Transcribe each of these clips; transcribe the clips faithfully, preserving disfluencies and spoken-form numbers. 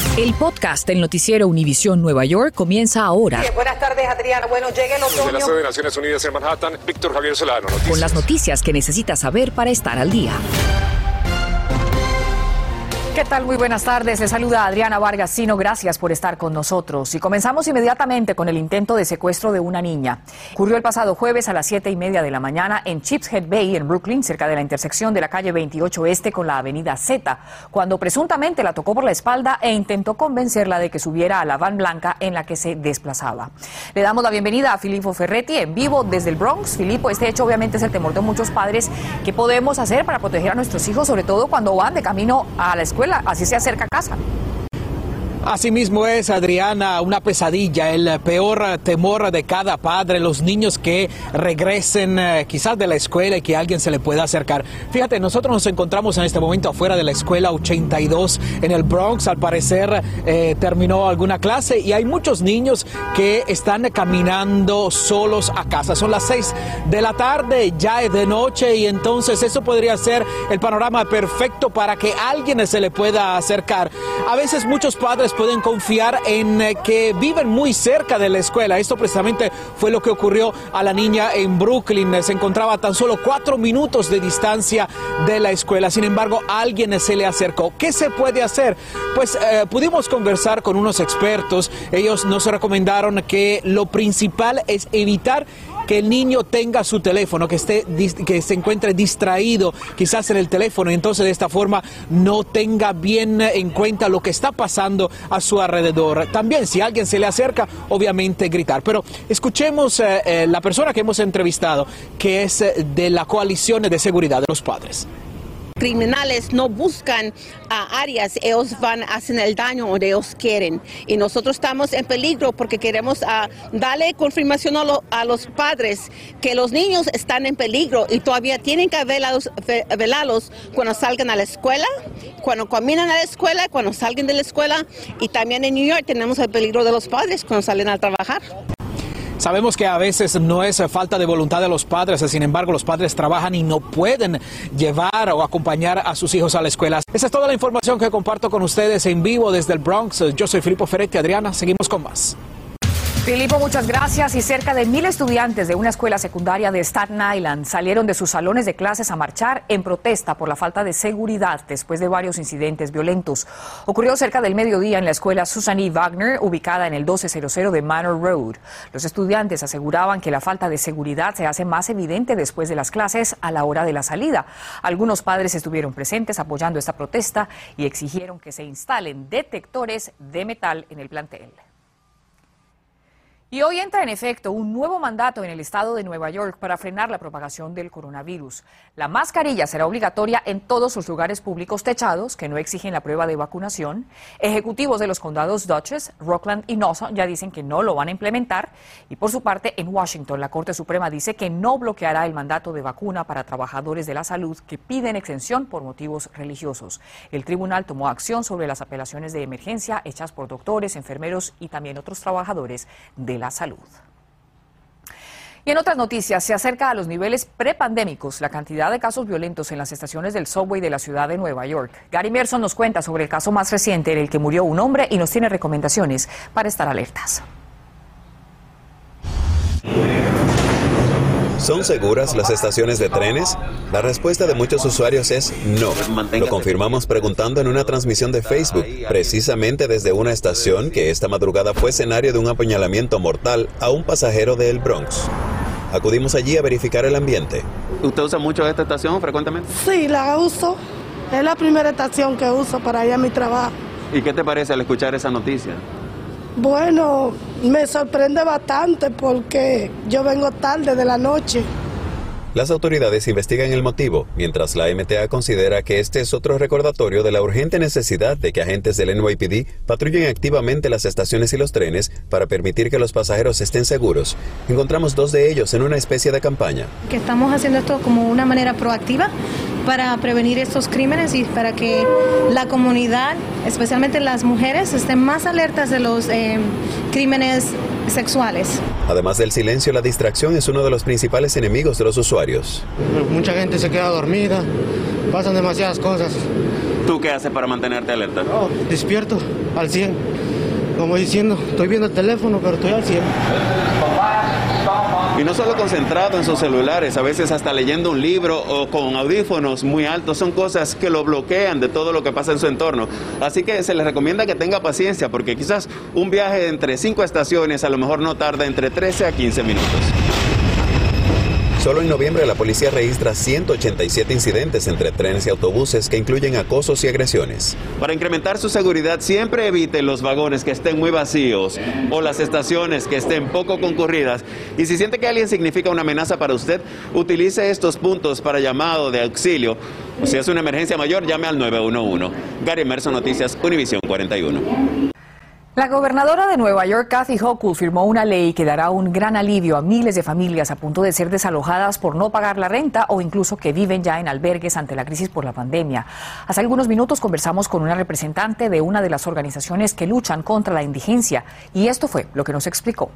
El podcast del noticiero Univisión Nueva York comienza ahora. Bien, buenas tardes, Adriana. Bueno, llega el otoño. Desde la sede de Naciones Unidas en Manhattan, Víctor Javier Solano. Noticias. Con las noticias que necesitas saber para estar al día. ¿Qué tal? Muy buenas tardes. Les saluda Adriana Vargasino. Gracias por estar con nosotros. Y comenzamos inmediatamente con el intento de secuestro de una niña. Ocurrió el pasado jueves a las siete y media de la mañana en Cheapshead Bay, en Brooklyn, cerca de la intersección de la calle veintiocho Este con la avenida Z, cuando presuntamente la tocó por la espalda e intentó convencerla de que subiera a la van blanca en la que se desplazaba. Le damos la bienvenida a Filippo Ferretti en vivo desde el Bronx. Filippo, este hecho obviamente es el temor de muchos padres. ¿Qué podemos hacer para proteger a nuestros hijos, sobre todo cuando van de camino a la escuela? Así se acerca a casa. Así mismo es, Adriana, una pesadilla, el peor temor de cada padre, los niños que regresen eh, quizás de la escuela y que alguien se le pueda acercar. Fíjate, nosotros nos encontramos en este momento afuera de la escuela ochenta y dos en el Bronx. Al parecer eh, terminó alguna clase y hay muchos niños que están caminando solos a casa. Son las seis de la tarde, ya es de noche, y entonces eso podría ser el panorama perfecto para que alguien se le pueda acercar. A veces muchos padres pueden confiar en eh, que viven muy cerca de la escuela. Esto precisamente fue lo que ocurrió a la niña en Brooklyn. Se encontraba a tan solo cuatro minutos de distancia de la escuela. Sin embargo, alguien se le acercó. ¿Qué se puede hacer? Pues eh, pudimos conversar con unos expertos. Ellos nos recomendaron que lo principal es evitar que el niño tenga su teléfono, que esté que se encuentre distraído quizás en el teléfono, y entonces de esta forma no tenga bien en cuenta lo que está pasando a su alrededor. También, si alguien se le acerca, obviamente gritar. Pero escuchemos eh, eh, la persona que hemos entrevistado, que es eh, de la Coalición de Seguridad de los Padres. Criminales no buscan uh, áreas, ellos van, hacen el daño donde ellos quieren. Y nosotros estamos en peligro porque queremos uh, darle confirmación a, lo, a los padres que los niños están en peligro y todavía tienen que velarlos, velarlos cuando salgan a la escuela, cuando caminan a la escuela, cuando salgan de la escuela. Y también en New York tenemos el peligro de los padres cuando salen a trabajar. Sabemos que a veces no es falta de voluntad de los padres, sin embargo los padres trabajan y no pueden llevar o acompañar a sus hijos a la escuela. Esa es toda la información que comparto con ustedes en vivo desde el Bronx. Yo soy Filippo Ferretti. Adriana, seguimos con más. Filippo, muchas gracias. Y cerca de mil estudiantes de una escuela secundaria de Staten Island salieron de sus salones de clases a marchar en protesta por la falta de seguridad después de varios incidentes violentos. Ocurrió cerca del mediodía en la escuela Susan E. Wagner, ubicada en el doce cero cero de Manor Road. Los estudiantes aseguraban que la falta de seguridad se hace más evidente después de las clases a la hora de la salida. Algunos padres estuvieron presentes apoyando esta protesta y exigieron que se instalen detectores de metal en el plantel. Y hoy entra en efecto un nuevo mandato en el estado de Nueva York para frenar la propagación del coronavirus. La mascarilla será obligatoria en todos los lugares públicos techados que no exigen la prueba de vacunación. Ejecutivos de los condados Dutchess, Rockland y Nassau ya dicen que no lo van a implementar. Y por su parte, en Washington, la Corte Suprema dice que no bloqueará el mandato de vacuna para trabajadores de la salud que piden exención por motivos religiosos. El tribunal tomó acción sobre las apelaciones de emergencia hechas por doctores, enfermeros y también otros trabajadores de la salud. Y en otras noticias, se acerca a los niveles prepandémicos la cantidad de casos violentos en las estaciones del subway de la ciudad de Nueva York. Gary Merson nos cuenta sobre el caso más reciente en el que murió un hombre y nos tiene recomendaciones para estar alertas. ¿Son seguras las estaciones de trenes? La respuesta de muchos usuarios es no. Lo confirmamos preguntando en una transmisión de Facebook, precisamente desde una estación que esta madrugada fue escenario de un apuñalamiento mortal a un pasajero de El Bronx. Acudimos allí a verificar el ambiente. ¿Usted usa mucho esta estación frecuentemente? Sí, la uso. Es la primera estación que uso para ir a mi trabajo. ¿Y qué te parece al escuchar esa noticia? Bueno, me sorprende bastante porque yo vengo tarde de la noche. Las autoridades investigan el motivo, mientras la M T A considera que este es otro recordatorio de la urgente necesidad de que agentes del N Y P D patrullen activamente las estaciones y los trenes para permitir que los pasajeros estén seguros. Encontramos dos de ellos en una especie de campaña. Que estamos haciendo esto como una manera proactiva para prevenir estos crímenes y para que la comunidad, especialmente las mujeres, estén más alertas de los eh, crímenes sexuales. Además del silencio, la distracción es uno de los principales enemigos de los usuarios. Mucha gente se queda dormida, pasan demasiadas cosas. ¿Tú qué haces para mantenerte alerta? No, despierto al cien, como diciendo, estoy viendo el teléfono, pero estoy al cien. Y no solo concentrado en sus celulares, a veces hasta leyendo un libro o con audífonos muy altos, son cosas que lo bloquean de todo lo que pasa en su entorno. Así que se les recomienda que tenga paciencia, porque quizás un viaje entre cinco estaciones a lo mejor no tarda entre trece a quince minutos. Solo en noviembre la policía registra ciento ochenta y siete incidentes entre trenes y autobuses que incluyen acosos y agresiones. Para incrementar su seguridad, siempre evite los vagones que estén muy vacíos o las estaciones que estén poco concurridas. Y si siente que alguien significa una amenaza para usted, utilice estos puntos para llamado de auxilio. O si es una emergencia mayor, llame al nueve uno uno. Gary Emerson, Noticias Univisión cuarenta y uno. La gobernadora de Nueva York, Kathy Hochul, firmó una ley que dará un gran alivio a miles de familias a punto de ser desalojadas por no pagar la renta o incluso que viven ya en albergues ante la crisis por la pandemia. Hace algunos minutos conversamos con una representante de una de las organizaciones que luchan contra la indigencia y esto fue lo que nos explicó.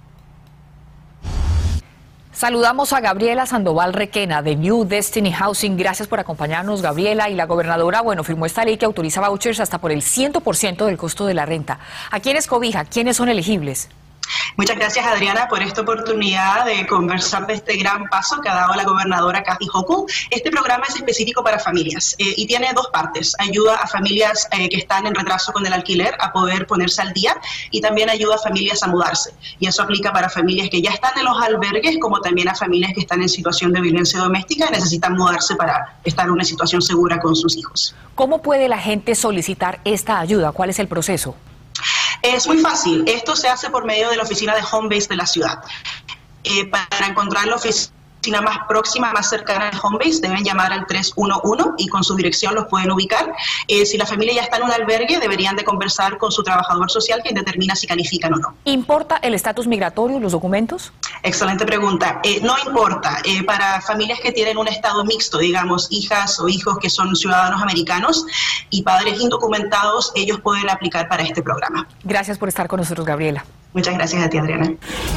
Saludamos a Gabriela Sandoval Requena de New Destiny Housing. Gracias por acompañarnos, Gabriela. Y la gobernadora, bueno, firmó esta ley que autoriza vouchers hasta por el cien por ciento del costo de la renta. ¿A quiénes cobija? ¿Quiénes son elegibles? Muchas gracias, Adriana, por esta oportunidad de conversar de este gran paso que ha dado la gobernadora Kathy Hochul. Este programa es específico para familias eh, y tiene dos partes. Ayuda a familias eh, que están en retraso con el alquiler a poder ponerse al día y también ayuda a familias a mudarse. Y eso aplica para familias que ya están en los albergues como también a familias que están en situación de violencia doméstica y necesitan mudarse para estar en una situación segura con sus hijos. ¿Cómo puede la gente solicitar esta ayuda? ¿Cuál es el proceso? Es muy fácil. Esto se hace por medio de la oficina de Home Base de la ciudad. Eh, para encontrar la oficina más próxima, más cercana al Home Base, deben llamar al tres uno uno y con su dirección los pueden ubicar. Eh, si la familia ya está en un albergue, deberían de conversar con su trabajador social, quien determina si califican o no. ¿Importa el estatus migratorio, los documentos? Excelente pregunta. Eh, no importa. Eh, para familias que tienen un estado mixto, digamos, hijas o hijos que son ciudadanos americanos y padres indocumentados, ellos pueden aplicar para este programa. Gracias por estar con nosotros, Gabriela. Muchas gracias a ti, Adriana.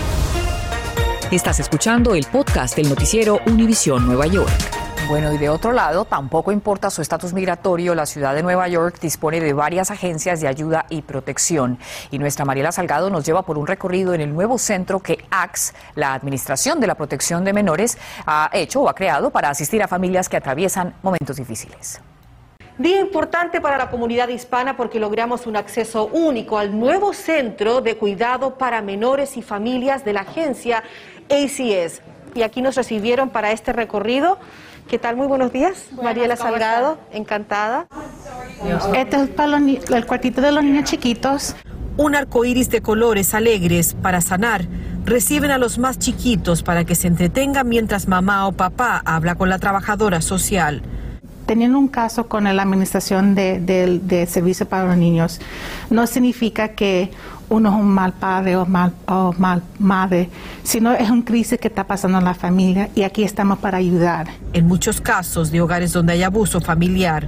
Estás escuchando el podcast del noticiero Univisión Nueva York. Bueno, y de otro lado, tampoco importa su estatus migratorio, la ciudad de Nueva York dispone de varias agencias de ayuda y protección. Y nuestra Mariela Salgado nos lleva por un recorrido en el nuevo centro que A C S, la Administración de la Protección de Menores, ha hecho o ha creado para asistir a familias que atraviesan momentos difíciles. Día importante para la comunidad hispana porque logramos un acceso único al nuevo centro de cuidado para menores y familias de la agencia A C S. Y aquí nos recibieron para este recorrido. ¿Qué tal? Muy buenos días. Buenas, Mariela Salgado, encantada. Este es para los, el cuartito de los niños chiquitos. Un arcoíris de colores alegres para sanar. Reciben a los más chiquitos para que se entretengan mientras mamá o papá habla con la trabajadora social. Teniendo un caso con la administración de, de, de servicio para los niños, no significa que uno es un mal padre o mal, o mal madre, sino es una crisis que está pasando en la familia y aquí estamos para ayudar. En muchos casos de hogares donde hay abuso familiar.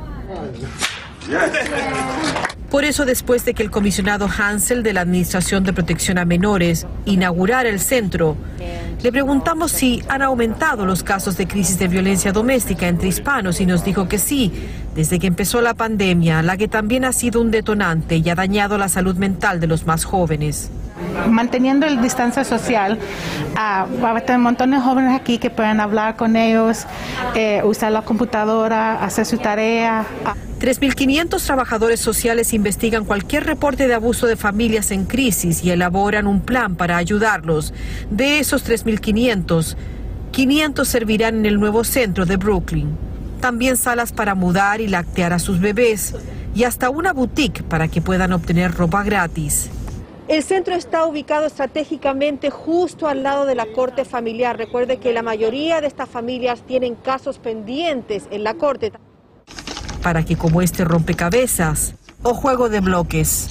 Por eso, después de que el comisionado Hansel de la Administración de Protección a Menores inaugurara el centro, le preguntamos si han aumentado los casos de crisis de violencia doméstica entre hispanos y nos dijo que sí, desde que empezó la pandemia, la que también ha sido un detonante y ha dañado la salud mental de los más jóvenes. Manteniendo el distancia social, uh, va a haber un montón de jóvenes aquí que pueden hablar con ellos, eh, usar la computadora, hacer su tarea. tres mil quinientos trabajadores sociales investigan cualquier reporte de abuso de familias en crisis y elaboran un plan para ayudarlos. De esos tres mil quinientos, quinientos servirán en el nuevo centro de Brooklyn. También salas para mudar y lactear a sus bebés y hasta una boutique para que puedan obtener ropa gratis. El centro está ubicado estratégicamente justo al lado de la corte familiar. Recuerde que la mayoría de estas familias tienen casos pendientes en la corte. Para que como este rompecabezas o juego de bloques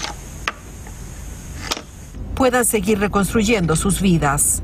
puedan seguir reconstruyendo sus vidas.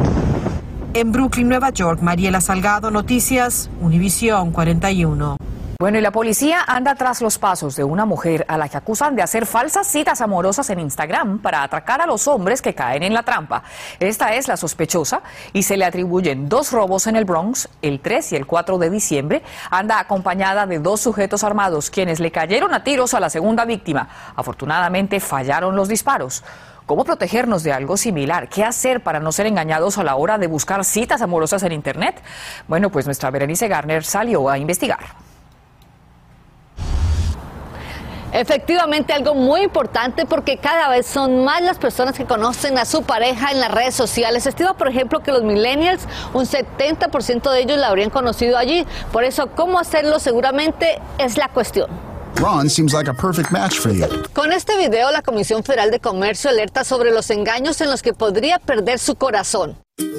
En Brooklyn, Nueva York, Mariela Salgado, Noticias Univisión cuarenta y uno. Bueno, y la policía anda tras los pasos de una mujer a la que acusan de hacer falsas citas amorosas en Instagram para atracar a los hombres que caen en la trampa. Esta es la sospechosa y se le atribuyen dos robos en el Bronx, el tres y el cuatro de diciembre. Anda acompañada de dos sujetos armados, quienes le cayeron a tiros a la segunda víctima. Afortunadamente fallaron los disparos. ¿Cómo protegernos de algo similar? ¿Qué hacer para no ser engañados a la hora de buscar citas amorosas en Internet? Bueno, pues nuestra Berenice Garner salió a investigar. Efectivamente, algo muy importante porque cada vez son más las personas que conocen a su pareja en las redes sociales. Se estima, por ejemplo, que los millennials, un setenta por ciento de ellos la habrían conocido allí. Por eso, ¿cómo hacerlo? Seguramente es la cuestión. Ron seems like a perfect match for you. Con este video, la Comisión Federal de Comercio alerta sobre los engaños en los que podría perder su corazón.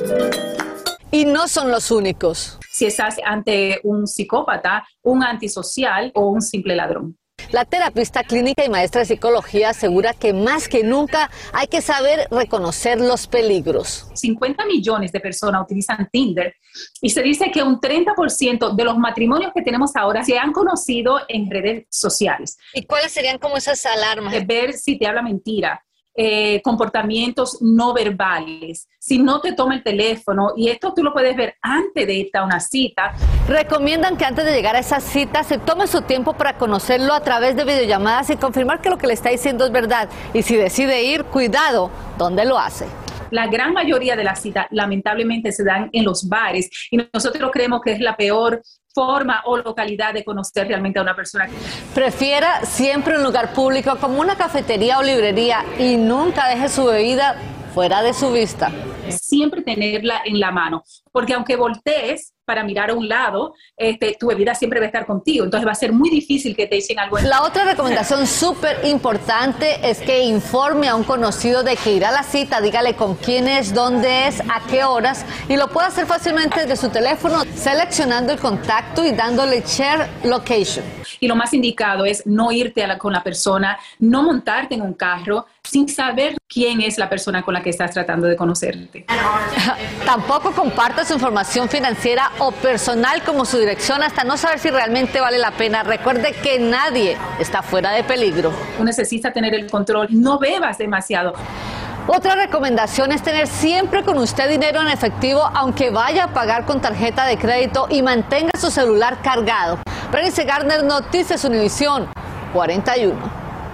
Y no son los únicos. Si estás ante un psicópata, un antisocial o un simple ladrón. La terapista clínica y maestra de psicología asegura que más que nunca hay que saber reconocer los peligros. cincuenta millones de personas utilizan Tinder y se dice que un treinta por ciento de los matrimonios que tenemos ahora se han conocido en redes sociales. ¿Y cuáles serían como esas alarmas? Ver si te habla mentira. Eh, comportamientos no verbales, si no te toma el teléfono, y esto tú lo puedes ver antes de irte a una cita. Recomiendan que antes de llegar a esa cita se tome su tiempo para conocerlo a través de videollamadas y confirmar que lo que le está diciendo es verdad. Y si decide ir, cuidado, ¿dónde lo hace? La gran mayoría de las citas lamentablemente se dan en los bares y nosotros creemos que es la peor forma o localidad de conocer realmente a una persona. Prefiera siempre un lugar público como una cafetería o librería y nunca deje su bebida fuera de su vista. Siempre tenerla en la mano, porque aunque voltees para mirar a un lado, este, tu bebida siempre va a estar contigo, entonces va a ser muy difícil que te echen algo en... La otra recomendación súper importante es que informe a un conocido de que irá a la cita, dígale con quién es, dónde es, a qué horas, y lo puede hacer fácilmente desde su teléfono, seleccionando el contacto y dándole share location. Y lo más indicado es no irte a la, con la persona, no montarte en un carro sin saber quién es la persona con la que estás tratando de conocerte. Tampoco comparta su información financiera o personal como su dirección hasta no saber si realmente vale la pena. Recuerde que nadie está fuera de peligro. Tú necesitas tener el control, no bebas demasiado. Otra recomendación es tener siempre con usted dinero en efectivo, aunque vaya a pagar con tarjeta de crédito, y mantenga su celular cargado. Berenice Garner, Noticias Univisión cuarenta y uno.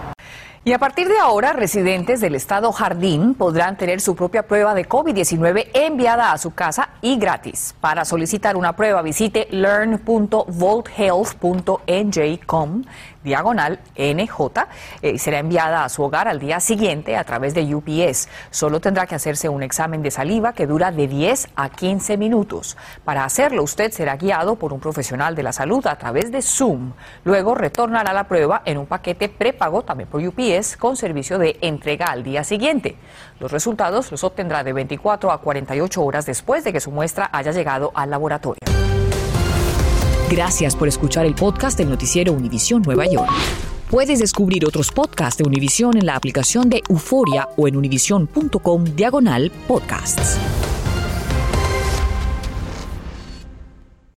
Y a partir de ahora, residentes del estado Jardín podrán tener su propia prueba de COVID diecinueve enviada a su casa y gratis. Para solicitar una prueba, visite learn punto vote health punto n j punto com diagonal N J y eh, será enviada a su hogar al día siguiente a través de U P S. Solo tendrá que hacerse un examen de saliva que dura de diez a quince minutos. Para hacerlo, usted será guiado por un profesional de la salud a través de Zoom. Luego retornará la prueba en un paquete prepago también por U P S con servicio de entrega al día siguiente. Los resultados los obtendrá de veinticuatro a cuarenta y ocho horas después de que su muestra haya llegado al laboratorio. Gracias por escuchar el podcast del noticiero Univisión Nueva York. Puedes descubrir otros podcasts de Univisión en la aplicación de Euforia o en univision punto com diagonal podcasts.